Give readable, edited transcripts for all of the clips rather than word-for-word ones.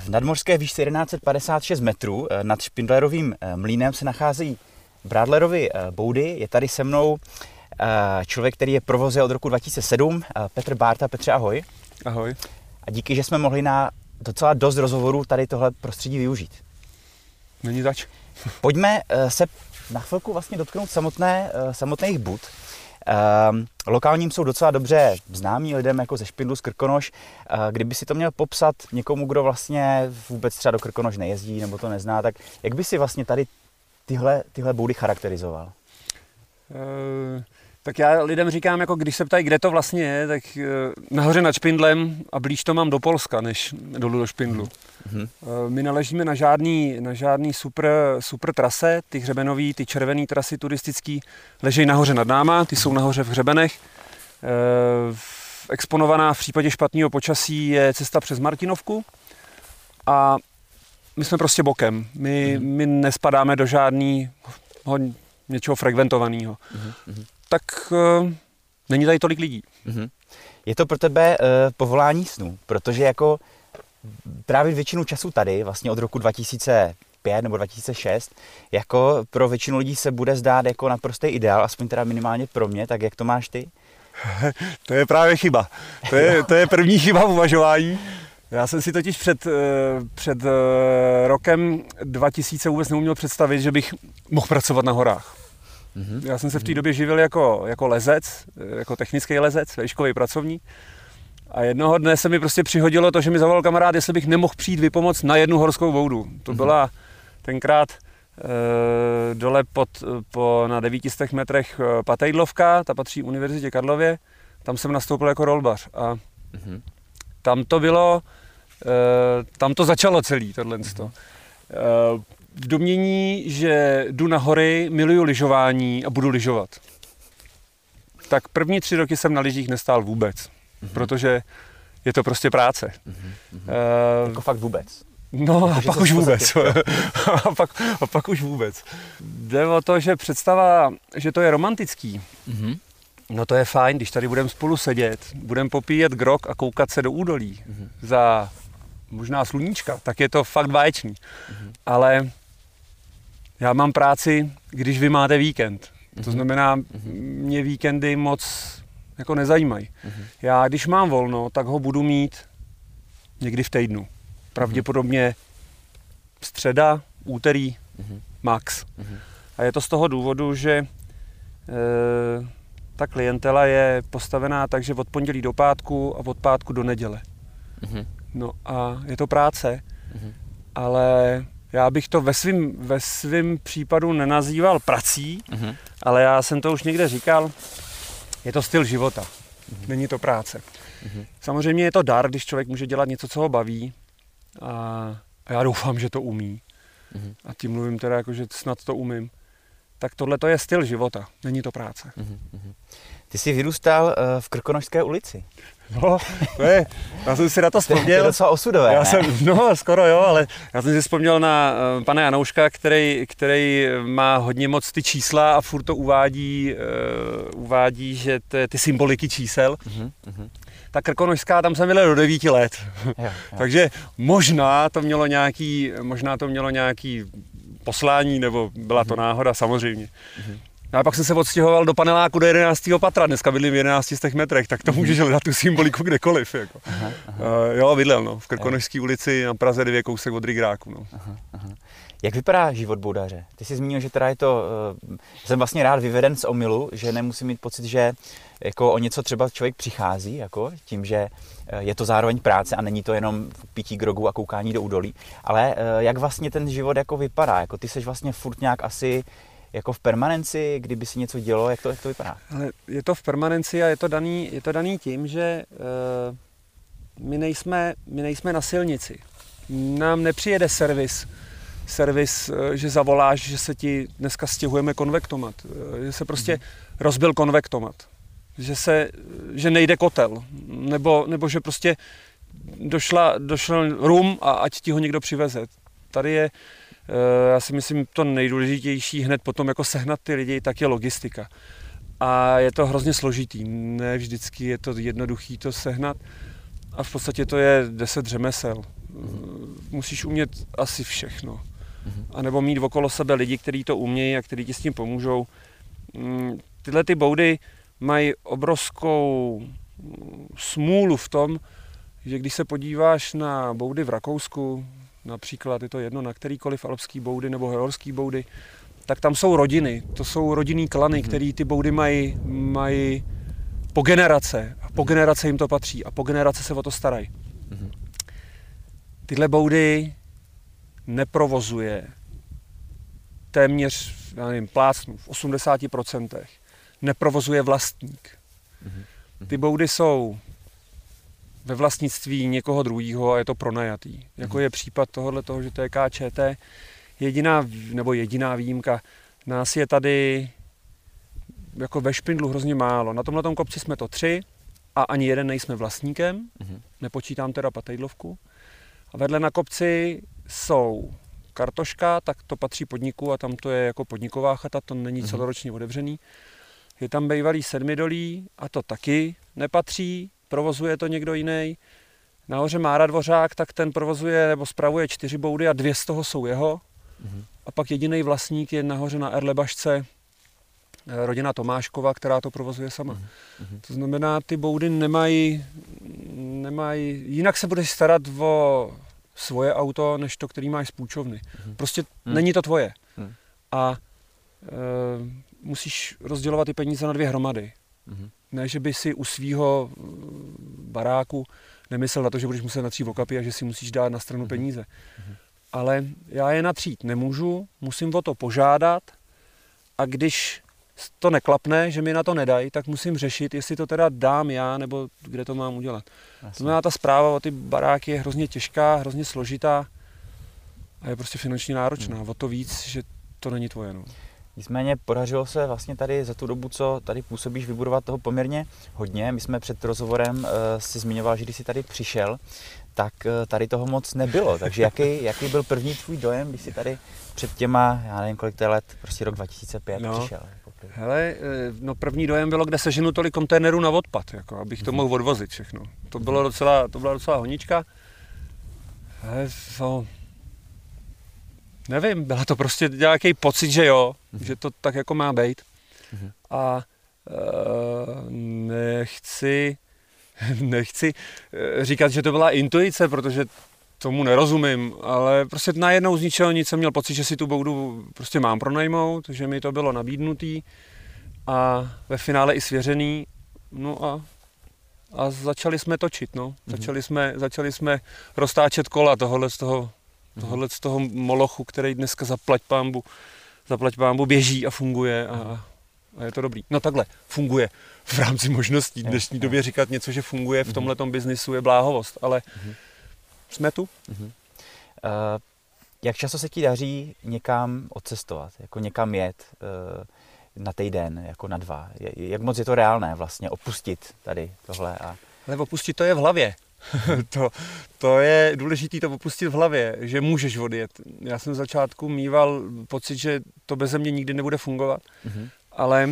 V nadmořské výšce 1156 metrů nad Špindlerovým mlýnem se nachází Brádlerovy boudy. Je tady se mnou člověk, který je provozuje od roku 2007, Petr Bárta. Petře, ahoj. Ahoj. A díky, že jsme mohli na docela dost rozhovorů tady tohle prostředí využít. Není zač. Pojďme se na chvilku vlastně dotknout samotných bud. Lokálním jsou docela dobře známí lidem jako ze Špindlu, z Krkonoš. Kdyby si to měl popsat někomu, kdo vlastně vůbec třeba do Krkonoš nejezdí nebo to nezná, tak jak by si vlastně tady tyhle boudy charakterizoval? Tak já lidem říkám, jako když se ptají, kde to vlastně je, tak nahoře nad Špindlem a blíž to mám do Polska, než dolů do Špindlu. My neležíme na žádný super trase, ty hřebenový, ty červený trasy turistický ležejí nahoře nad náma, ty jsou nahoře v hřebenech. Exponovaná v případě špatného počasí je cesta přes Martinovku a my jsme prostě bokem. My nespadáme do žádného něčeho frekventovaného. Tak není tady tolik lidí. Je to pro tebe povolání snů, protože jako trávit většinu času tady, vlastně od roku 2005 nebo 2006, jako pro většinu lidí se bude zdát jako naprostý ideál, aspoň teda minimálně pro mě, tak jak to máš ty? To je právě chyba. To je první chyba v uvažování. Já jsem si totiž před rokem 2000 vůbec neuměl představit, že bych mohl pracovat na horách. Já jsem se v té době živil jako lezec, jako technický lezec, výškový pracovník. A jednoho dne se mi prostě přihodilo to, že mi zavolal kamarád, jestli bych nemohl přijít vypomoct na jednu horskou boudu. To byla tenkrát dole na 900 metrech Patejdlovka, ta patří Univerzitě Karlově. Tam jsem nastoupil jako rolbař a tam to začalo celý tohleto. V domnění, že jdu na hory, miluju lyžování a budu lyžovat. Tak první 3 roky jsem na lyžích nestál vůbec, protože je to prostě práce. Jako fakt vůbec? No a pak už vůbec. a pak už vůbec. Jde o to, že představa, že to je romantický, no to je fajn, když tady budeme spolu sedět, budeme popíjet grog a koukat se do údolí za možná sluníčka, tak je to fakt báječný. Ale já mám práci, když vy máte víkend. To znamená, mě víkendy moc jako nezajímají. Já když mám volno, tak ho budu mít někdy v týdnu. Pravděpodobně středa, úterý, max. A je to z toho důvodu, že ta klientela je postavená tak, že od pondělí do pátku a od pátku do neděle. No a je to práce, ale já bych to ve svém případu nenazýval prací, ale já jsem to už někde říkal, je to styl života, není to práce. Samozřejmě je to dar, když člověk může dělat něco, co ho baví a já doufám, že to umí. A tím mluvím teda jako, že snad to umím. Tak tohle to je styl života, není to práce. Ty jsi vyrůstal v Krkonošské ulici. No, já jsem si na to vzpomněl. To je docela osudové, skoro jo, ale já jsem si vzpomněl na pana Janouška, který má hodně moc ty čísla a furt to uvádí, že ty symboliky čísel. Ta Krkonošská, tam jsem byl do 9 let. Jo. Takže možná to mělo nějaký poslání, nebo byla to náhoda, samozřejmě. A pak jsem se odstěhoval do paneláku do 11. patra, dneska bydlím v 11 metrech, tak to můžeš hledat tu symboliku kdekoliv. Jako. Jo, bydlel, v Krkonošské ulici na Praze 9, kousek od Rigráku. Jak vypadá život boudaře? Ty jsi zmínil, že teda je to, jsem vlastně rád vyveden z omylu, že nemusím mít pocit, že jako o něco třeba člověk přichází, jako tím, že je to zároveň práce a není to jenom pití grogu a koukání do údolí, ale jak vlastně ten život jako vypadá? Jako ty seš vlastně furt nějak asi jako v permanenci, kdyby si něco dělo, jak to vypadá? Ale je to v permanenci a je to daný tím, že my nejsme na silnici. Nám nepřijede servis, že zavoláš, že se ti dneska stěhujeme konvektomat, že se prostě rozbil konvektomat, že nejde kotel, nebo že prostě došel rum a ať ti ho někdo přiveze. Tady je, já si myslím, to nejdůležitější hned potom jako sehnat ty lidi, tak je logistika. A je to hrozně složitý, ne vždycky je to jednoduchý to sehnat a v podstatě to je 10 řemesel. musíš umět asi všechno. A nebo mít okolo sebe lidi, kteří to umějí a kteří ti s tím pomůžou. Tyhle ty boudy mají obrovskou smůlu v tom, že když se podíváš na boudy v Rakousku, například je to jedno na kterýkoliv alpský boudy nebo horský boudy, tak tam jsou rodiny, to jsou rodinný klany, který ty boudy mají po generace. A po generace jim to patří a po generace se o to starají. Tyhle boudy neprovozuje téměř, já nevím, plácnu, v 80% neprovozuje vlastník. Ty boudy jsou ve vlastnictví někoho druhého a je to pronajatý. Jako je případ tohoto, že TKČT jediná výjimka. Nás je tady jako ve Špindlu hrozně málo. Na tomhletom kopci jsme to 3 a ani jeden nejsme vlastníkem. Nepočítám teda Patejdlovku. A vedle na kopci jsou Kartoška, tak to patří podniku a tam to je jako podniková chata, to není celoročně otevřený. Je tam bývalý Sedmidolí a to taky nepatří, provozuje to někdo jiný. Nahoře Mára Dvořák, tak ten provozuje nebo spravuje 4 boudy a 2 z toho jsou jeho. A pak jediný vlastník je nahoře na Erlebašce rodina Tomáškova, která to provozuje sama. To znamená, ty boudy nemají, jinak se budeš starat o svoje auto, než to, který máš z půjčovny. Prostě není to tvoje. A musíš rozdělovat ty peníze na 2 hromady. Ne, že by si u svýho baráku nemyslel na to, že budeš muset natřít okapy a že si musíš dát na stranu peníze. Ale já je natřít nemůžu, musím o to požádat a když to neklapne, že mi na to nedají, tak musím řešit, jestli to teda dám já, nebo kde to mám udělat. To znamená, ta správa o ty baráky je hrozně těžká, hrozně složitá a je prostě finančně náročná. O to víc, že to není tvoje. No. Nicméně podařilo se vlastně tady za tu dobu, co tady působíš, vybudovat toho poměrně hodně. My jsme před rozhovorem si zmiňoval, že když jsi tady přišel, tak tady toho moc nebylo. Takže jaký byl první tvůj dojem, když jsi tady před těma, já nevím kolik to je let, prostě rok 2005 přišel? Hele, no první dojem bylo, kde seženu tolik kontejnerů na odpad, jako, abych to mohl odvozit všechno. To byla docela honička. Hele, nevím, byla to prostě nějaký pocit, že jo, že to tak jako má být. A nechci říkat, že to byla intuice, protože tomu nerozumím, ale prostě najednou z ničeho nic jsem měl pocit, že si tu boudu prostě mám pronajmout, že mi to bylo nabídnutý a ve finále i svěřený. No a začali jsme točit, no. Začali jsme roztáčet kola tohohle z toho molochu, který dneska zaplať pánbu běží a funguje a je to dobrý. No takhle, funguje v rámci možností. V dnešní době říkat něco, že funguje v tomhletom biznisu je bláhovost, ale jsme tu. Jak často se ti daří někam odcestovat, jako někam jet na týden, jako na 2? Jak moc je to reálné vlastně opustit tady tohle? Ale opustit to je v hlavě. to je důležité to opustit v hlavě, že můžeš odjet. Já jsem v začátku mýval pocit, že to beze mě nikdy nebude fungovat, ale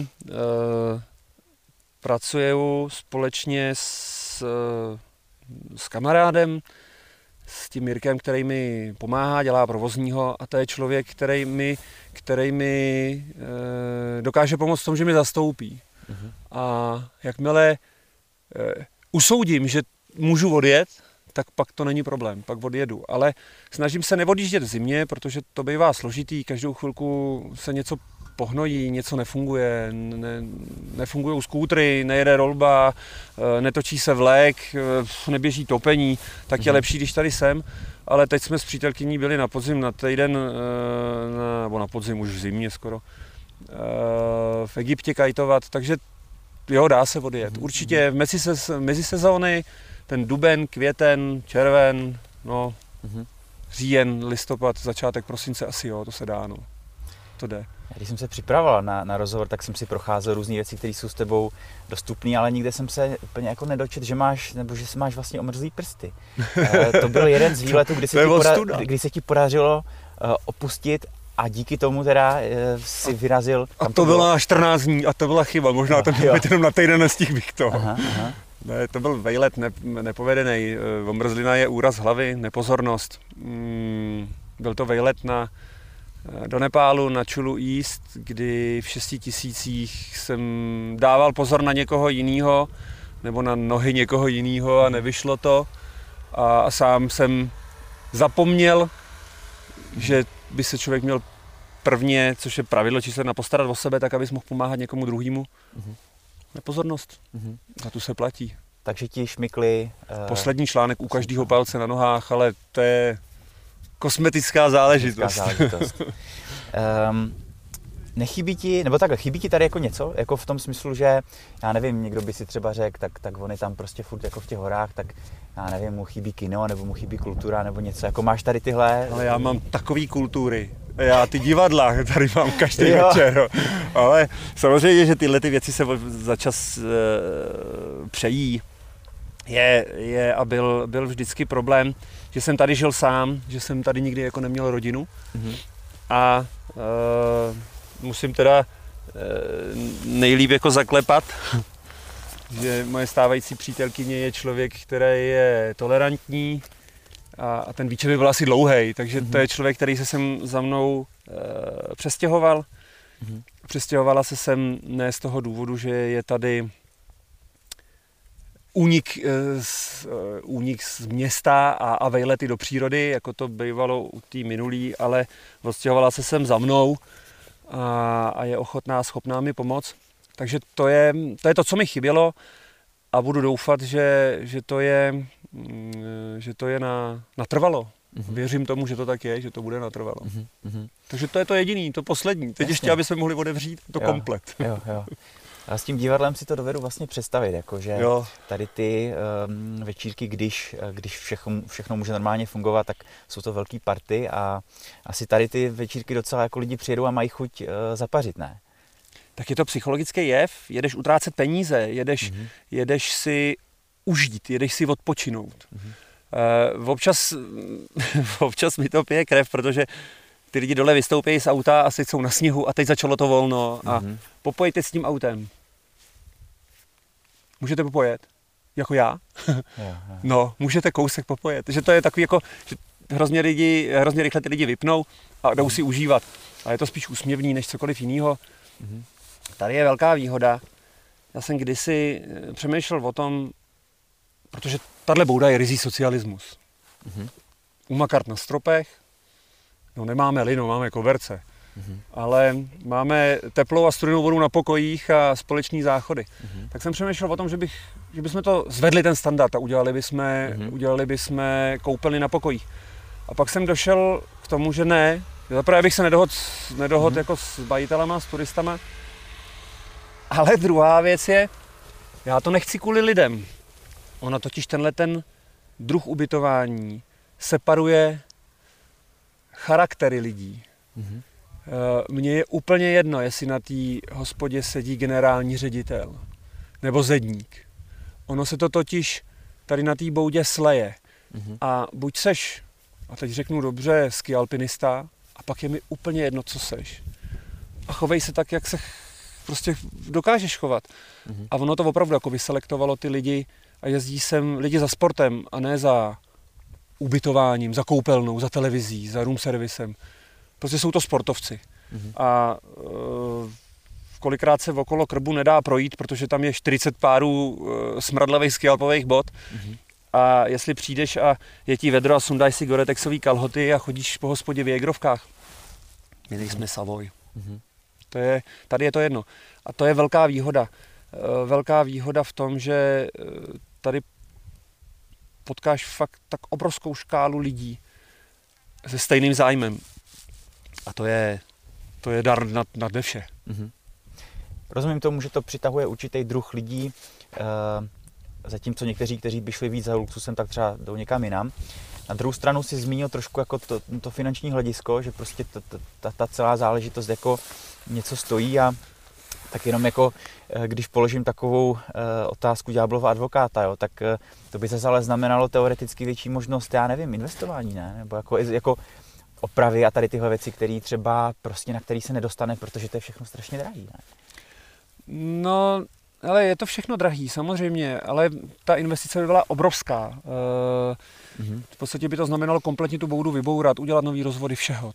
pracuju společně s kamarádem, s tím Mirkem, který mi pomáhá, dělá provozního a to je člověk, který mi dokáže pomoct v tom, že mi zastoupí. A jakmile usoudím, že můžu odjet, tak pak to není problém, pak odjedu. Ale snažím se neodjíždět v zimě, protože to bývá složitý, každou chvilku se něco pohnojí, něco nefunguje, nefungují skútry, nejede rolba, netočí se vlek, neběží topení, tak je lepší, když tady jsem. Ale teď jsme s přítelkyní byli na podzim na týden, nebo na podzim už v zimě skoro, v Egyptě kajtovat, takže jo, dá se odjet. Určitě mezi sezóny, ten duben, květen, červen, no, říjen, listopad, začátek prosince asi jo, to se dá, no. To jde. Když jsem se připravoval na rozhovor, tak jsem si procházel různé věci, které jsou s tebou dostupné, ale nikde jsem se úplně jako nedočet, že si máš vlastně omrzlý prsty. To byl jeden z výletů, kdy se ti podařilo opustit a díky tomu teda si vyrazil. A to byla 14 dní a to byla chyba, možná to mělo být jenom na týden, nestihl bych to. Ne, to byl vejlet nepovedený. Omrzlina je úraz hlavy, nepozornost. Byl to vejlet do Nepálu na Chulu East, kdy v 6 000 jsem dával pozor na někoho jiného nebo na nohy někoho jiného a nevyšlo to. A sám jsem zapomněl, že by se člověk měl prvně, což je pravidlo číslo 1, postarat o sebe, tak abys mohl pomáhat někomu druhému. Nepozornost. Za tu se platí. Takže ti šmykli... Poslední článek u každého palce na nohách, ale to je kosmetická záležitost. Nechybí ti, nebo takhle, chybí ti tady jako něco? Jako v tom smyslu, že, já nevím, někdo by si třeba řekl, tak on je tam prostě furt jako v těch horách, tak já nevím, mu chybí kino, nebo mu chybí kultura, nebo něco. Jako máš tady tyhle... Ale já mám takový kultury. Já ty divadla tady mám každý večer. Ale samozřejmě, že tyhle ty věci se za čas přejí. A byl vždycky problém, že jsem tady žil sám, že jsem tady nikdy jako neměl rodinu. A musím teda nejlíp jako zaklepat, že moje stávající přítelkyně je člověk, který je tolerantní a ten výčet by byl asi dlouhej, takže to je člověk, který se sem za mnou přestěhoval. Přestěhovala se sem ne z toho důvodu, že je tady únik z města a vejlety do přírody, jako to bývalo u té minulý, ale odstěhovala se sem za mnou a je ochotná, schopná mi pomoct. Takže to je to, co mi chybělo a budu doufat, že to je natrvalo. Věřím tomu, že to tak je, že to bude natrvalo. Takže to je to jediný, to poslední. Teď ještě, aby jsme mohli otevřít to komplet. Jo. A s tím divadlem si to dovedu vlastně představit, jakože tady ty večírky, když všechno může normálně fungovat, tak jsou to velký party a asi tady ty večírky docela jako lidi přijedou a mají chuť zapařit, ne? Tak je to psychologický jev, jedeš utrácet peníze, jedeš si užít, jedeš si odpočinout. Občas mi to pije krev, protože ty lidi dole vystoupí z auta a teď jsou na sněhu a teď začalo to volno a popojte s tím autem. Můžete popojet? Jako já? No, můžete kousek popojet. Takže to je takový jako, že hrozně rychle ty lidi vypnou a jdou si užívat. A je to spíš úsměvný než cokoliv jiného. Tady je velká výhoda. Já jsem kdysi přemýšlel o tom, protože tahle bouda je ryzí socialismus. Umakart na stropech, no nemáme lino, máme koverce, ale máme teplou a studenou vodu na pokojích a společný záchody. Tak jsem přemýšlel o tom, že bychom to zvedli ten standard a udělali bychom koupelny na pokojích. A pak jsem došel k tomu, že ne, zaprvé bych se nedohodl jako s majitelama, s turistama, ale druhá věc je, já to nechci kvůli lidem. Ono totiž ten druh ubytování separuje charaktery lidí. Mně je úplně jedno, jestli na té hospodě sedí generální ředitel nebo zedník. Ono se to totiž tady na té boudě sleje. A buď seš, a teď řeknu dobře, skialpinista, a pak je mi úplně jedno, co seš. A chovej se tak, jak se prostě dokážeš chovat. A ono to opravdu jako vyselektovalo ty lidi a jezdí sem lidi za sportem a ne za ubytováním, za koupelnou, za televizí, za room servisem. Prostě jsou to sportovci. A kolikrát se okolo Krbu nedá projít, protože tam je 40 párů smradlavých skialpových bot. A jestli přijdeš a je ti vedro a sundáš si Gore-Texový kalhoty a chodíš po hospodě v jégrovkách. My jsme Savoy. Tady je to jedno. A to je velká výhoda. Velká výhoda v tom, že tady potkáš fakt tak obrovskou škálu lidí se stejným zájmem. A to je dar nad vše. Rozumím tomu, že to přitahuje určitý druh lidí, zatímco někteří, kteří by šli víc za luxusem, tak třeba jdou někam jinam. Na druhou stranu si zmínil trošku jako to finanční hledisko, že prostě ta celá záležitost jako něco stojí a tak jenom jako, když položím takovou otázku ďáblova advokáta, jo, tak to by zase ale znamenalo teoreticky větší možnost, já nevím, investování, ne? Nebo jako opravy a tady tyhle věci, které třeba prostě na který se nedostane, protože to je všechno strašně drahý, ne? No, Ale je to všechno drahý, samozřejmě, ale ta investice by byla obrovská. V podstatě by to znamenalo kompletně tu boudu vybourat, udělat nový rozvody všeho.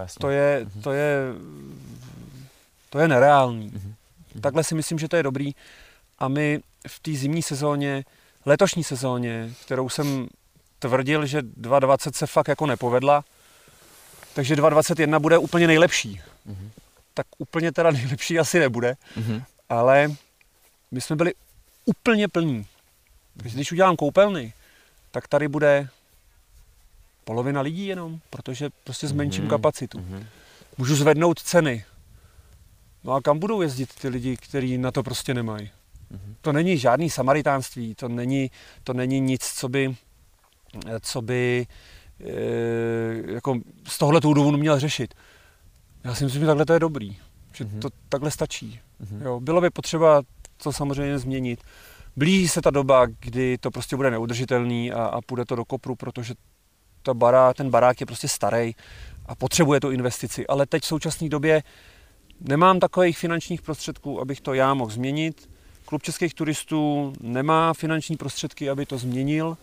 To je nereálný. Takhle si myslím, že to je dobrý. A my v té zimní sezóně, letošní sezóně, kterou jsem tvrdil, že 2020 se fakt jako nepovedla, takže 2021 bude úplně nejlepší. Tak úplně teda nejlepší asi nebude, ale my jsme byli úplně plní. Takže když udělám koupelny, tak tady bude polovina lidí jenom, protože prostě zmenším kapacitu. Můžu zvednout ceny. No a kam budou jezdit ty lidi, kteří na to prostě nemají? To není žádný samaritánství, to není nic, co by jako z tohoto důvodu měl řešit. Já si myslím, že takhle to je dobrý, že to takhle stačí. Jo, bylo by potřeba to samozřejmě změnit. Blíží se ta doba, kdy to prostě bude neudržitelný a půjde to do kopru, protože ten barák je prostě starý a potřebuje tu investici. Ale teď v současné době nemám takových finančních prostředků, abych to já mohl změnit. Klub českých turistů nemá finanční prostředky, aby to změnil.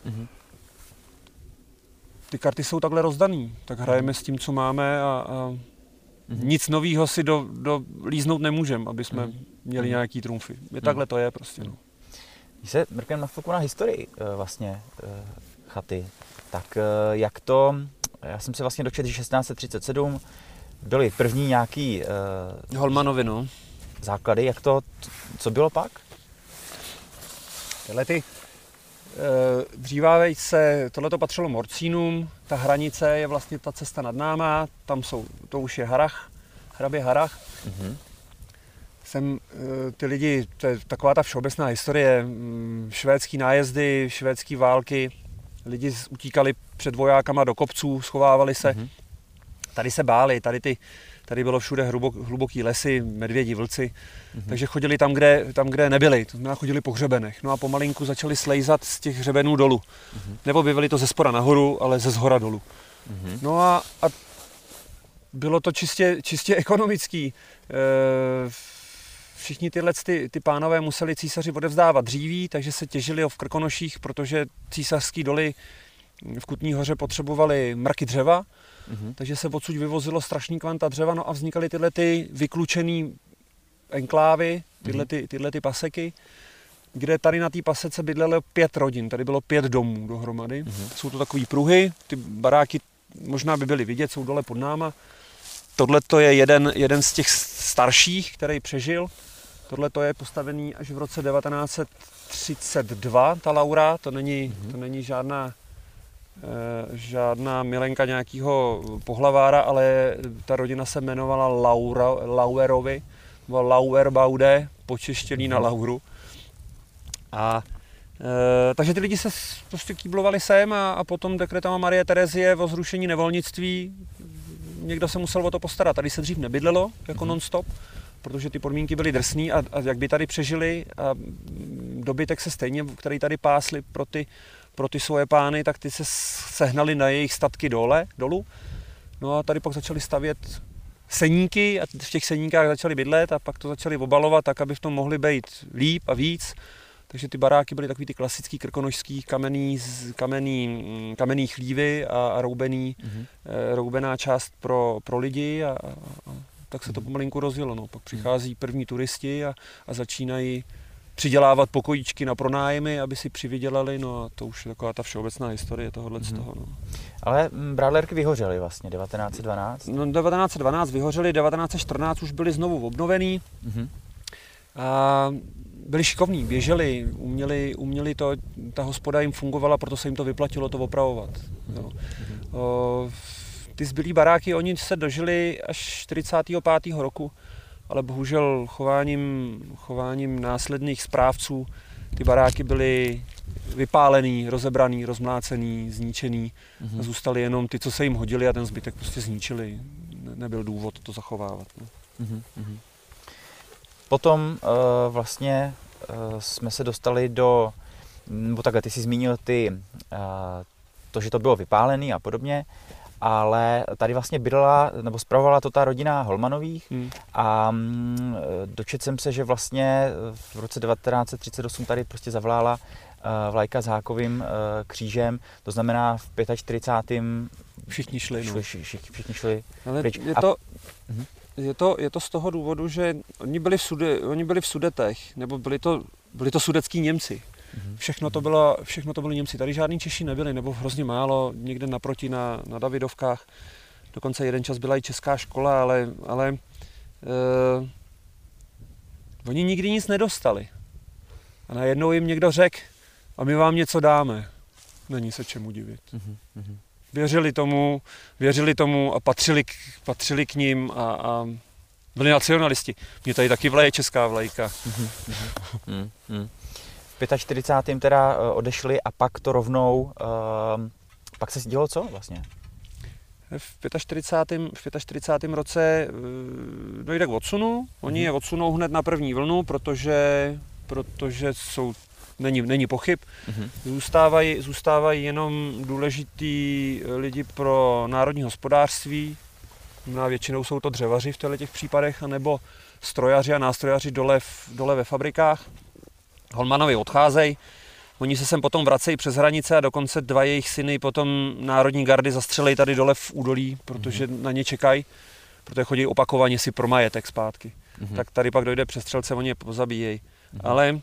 Ty karty jsou takhle rozdaný, tak hrajeme s tím, co máme a nic nového si líznout nemůžeme, aby jsme měli nějaký trumfy. Takhle to je prostě. No. Když se mrkneme na chvilku na historii vlastně chaty, tak jak to, já jsem se vlastně dočetl, že 1637 byly první nějaký Holmanovi, no. Základy, jak to, co bylo pak? Tyhle ty dřívávejce, tohle to patřilo Morcínům, ta hranice je vlastně ta cesta nad náma, tam to už je Harrach, hrabě Harrach. Ty lidi, to je taková ta všeobecná historie, švédský nájezdy, švédský války, lidi utíkali před vojákama do kopců, schovávali se, tady se báli, tady bylo všude hluboký lesy, medvědi, vlci, takže chodili tam, kde nebyli, to znamená chodili po hřebenech. No a pomalinku začali slejzat z těch hřebenů dolů. Nebo objevili to ze spora nahoru, ale ze zhora dolů. No a bylo to čistě ekonomický. Všichni ty pánové museli císaři odevzdávat dříví, takže se těžili v Krkonoších, protože císařský doly v Kutní Hoře potřebovali mraky dřeva, takže se odsud vyvozilo strašný kvanta dřeva, no a vznikaly tyhle ty vyklučený enklávy, tyhle ty paseky, kde tady na té pasece bydlelo 5 rodin, tady bylo 5 domů dohromady. Jsou to takový pruhy, ty baráky možná by byly vidět, jsou dole pod náma. Tohle to je jeden z těch starších, který přežil. Tohle to je postavený až v roce 1932, ta Laura, to není žádná milenka nějakého pohlavára, ale ta rodina se jmenovala Lauerovi, nebo Lauerbaude, počeštěný na Lauru. Takže ty lidi se prostě kýblovali sem a potom dekretama Marie Terezie o zrušení nevolnictví někdo se musel o to postarat. Tady se dřív nebydlelo jako non-stop, protože ty podmínky byly drsný a jak by tady přežili a dobytek se stejně, který tady pásli pro ty svoje pány, tak ty se sehnali na jejich statky dolů. No a tady pak začali stavět seníky a v těch seníkách začali bydlet a pak to začali obalovat tak, aby v tom mohli být líp a víc. Takže ty baráky byly takový ty klasický krkonošský kamenný chlívy a roubená část pro lidi a tak se to pomalinku rozjelo. No. Pak přichází první turisti a začínají přidělávat pokojíčky na pronájmy, aby si přivydělali, no a to už je taková ta všeobecná historie tohohle z toho. No. Ale Brádlerky vyhořely vlastně 1912? No 1912 vyhořely, 1914 už byly znovu obnovený. A byli šikovní, běželi, uměli to, ta hospoda jim fungovala, proto se jim to vyplatilo to opravovat. Jo. Ty zbylý baráky, oni se dožili až 45. roku, ale bohužel chováním následných správců ty baráky byly vypálený, rozebraný, rozmlácený, zničený a zůstali jenom ty, co se jim hodili a ten zbytek prostě zničili. Nebyl důvod to zachovávat. No. Potom vlastně jsme se dostali nebo takhle, ty jsi zmínil to, že to bylo vypálené a podobně. ale tady vlastně bydlela, nebo spravovala to ta rodina Holmanových a dočetl jsem se, že vlastně v roce 1938 tady prostě zavlála vlajka s hákovým křížem, to znamená v 45. Všichni šli. Všichni šli ale pryč. Je to z toho důvodu, že oni byli v Sudetech, nebo byli to sudetský Němci. Všechno to byli Němci. Tady žádní Češi nebyli, nebo hrozně málo, někde naproti na Davidovkách. Dokonce jeden čas byla i česká škola, ale oni nikdy nic nedostali. A najednou jim někdo řekl, a my vám něco dáme. Není se čemu divit. Věřili tomu a patřili k ním a byli nacionalisti. Mně tady taky vlaje česká vlajka. V 45. teda odešli a pak to rovnou, pak se dělo co vlastně? V 45. roce dojde k odsunu. Oni je odsunou hned na první vlnu, protože není pochyb. Zůstávají jenom důležití lidi pro národní hospodářství. Většinou jsou to dřevaři v těch případech, anebo strojaři a nástrojaři dole ve fabrikách. Holmanovi odcházejí. Oni se sem potom vracejí přes hranice a dokonce 2 jejich syny potom národní gardy zastřelejí tady dole v údolí, protože na ně čekají, protože chodí opakovaně si pro majetek zpátky. Tak tady pak dojde přestřelce, oni je pozabíjejí. Ale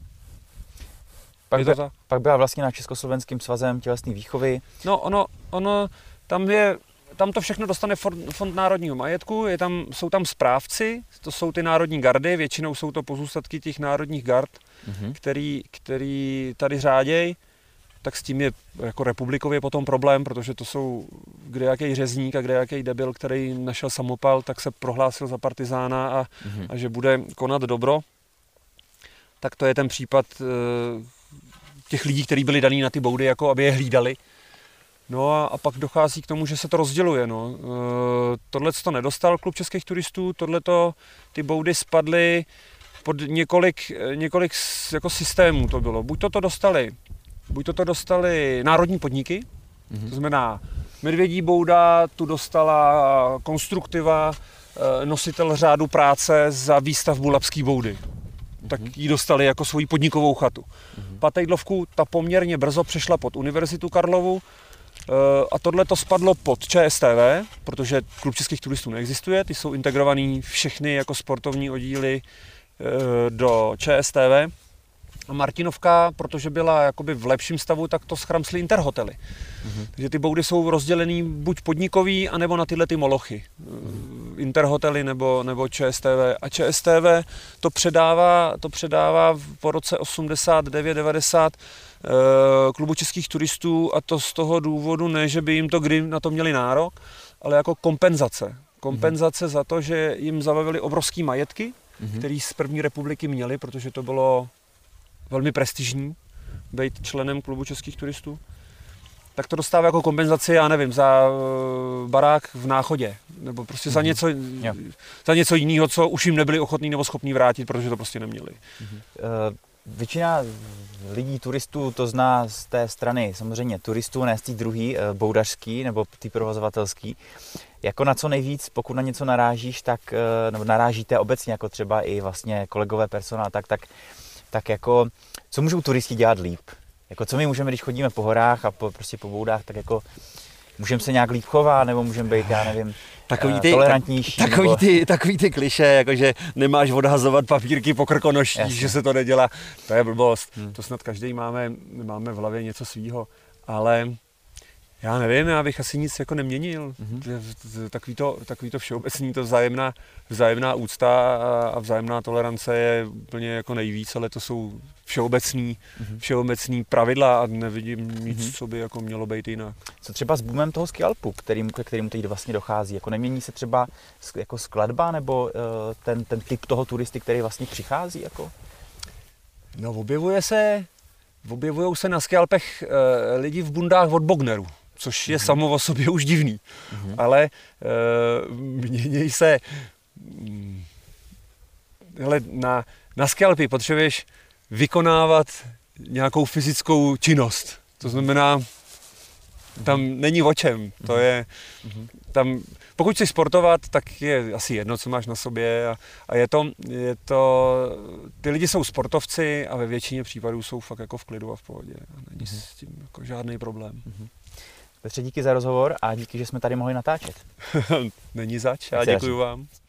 pak byla vlastně na Československým svazem tělesné výchovy. No ono tam to všechno dostane Fond národního majetku, jsou tam správci, to jsou ty národní gardy, většinou jsou to pozůstatky těch národních gard, který tady řádějí, tak s tím je jako republikově potom problém, protože to jsou kdejaký řezník a kdejaký debil, který našel samopal, tak se prohlásil za partizána a že bude konat dobro. Tak to je ten případ těch lidí, kteří byli daní na ty boudy, jako aby je hlídali. No a pak dochází k tomu, že se to rozděluje. No. Tohle to nedostal klub českých turistů, ty boudy spadly pod několik jako systémů to bylo. Buď to dostali národní podniky, to znamená Medvědí bouda, tu dostala Konstruktiva, nositel řádu práce za výstavbu Labský boudy. Tak ji dostali jako svoji podnikovou chatu. Patejdlovku ta poměrně brzo přešla pod Univerzitu Karlovu a tohle to spadlo pod ČSTV, protože klub českých turistů neexistuje, ty jsou integrovaný všechny jako sportovní oddíly do ČSTV. A Martinovka, protože byla jakoby v lepším stavu, tak to schramsly Interhotely. Takže ty boudy jsou rozdělený buď podnikový, anebo na tyhle ty molochy. Interhotely nebo ČSTV. A ČSTV to předává po roce 89-90 klubu českých turistů, a to z toho důvodu ne, že by jim to kdy na to měli nárok, ale jako kompenzace. Kompenzace za to, že jim zabavili obrovský majetky, který z první republiky měli, protože to bylo velmi prestižní být členem klubu českých turistů, tak to dostává jako kompenzaci, já nevím, za barák v Náchodě, nebo prostě za něco jiného, co už jim nebyli ochotní nebo schopní vrátit, protože to prostě neměli. Většina lidí, turistů, to zná z té strany samozřejmě turistů, ne z té druhé, boudařský nebo ty provozovatelský. Jako na co nejvíc, pokud na něco narážíš, nebo narážíte obecně, jako třeba i vlastně kolegové personál, tak jako, co můžou turisti dělat líp? Jako, co my můžeme, když chodíme po horách a prostě po boudách, tak jako můžeme se nějak líp chovat, nebo můžeme být, já nevím, tolerantnější? Takový ty klišé, jakože nemáš odhazovat papírky po krkonoštích, že se to nedělá. To je blbost. To snad každý máme v hlavě něco svýho, ale já nevím, já bych asi nic jako neměnil. Takový to všeobecný, to vzájemná úcta a vzájemná tolerance je úplně jako nejvíc, ale to jsou všeobecný pravidla a nevidím nic, co by jako mělo být jinak. Co třeba s boomem toho ski-alpu, ke kterému teď vlastně dochází? Jako nemění se třeba jako skladba nebo ten typ toho turisty, který vlastně přichází? Jako? No, objevujou se na ski-alpech lidi v bundách od Bogneru, což je samo o sobě už divný, ale mění se. Hele, na ski-alpy potřebuješ vykonávat nějakou fyzickou činnost. To znamená Tam není o čem. To je, tam, pokud chceš sportovat, tak je asi jedno, co máš na sobě a je to, ty lidi jsou sportovci a ve většině případů jsou fakt jako v klidu a v pohodě. Není s tím jako žádný problém. Petře, díky za rozhovor a díky, že jsme tady mohli natáčet. Není zač a děkuju vám.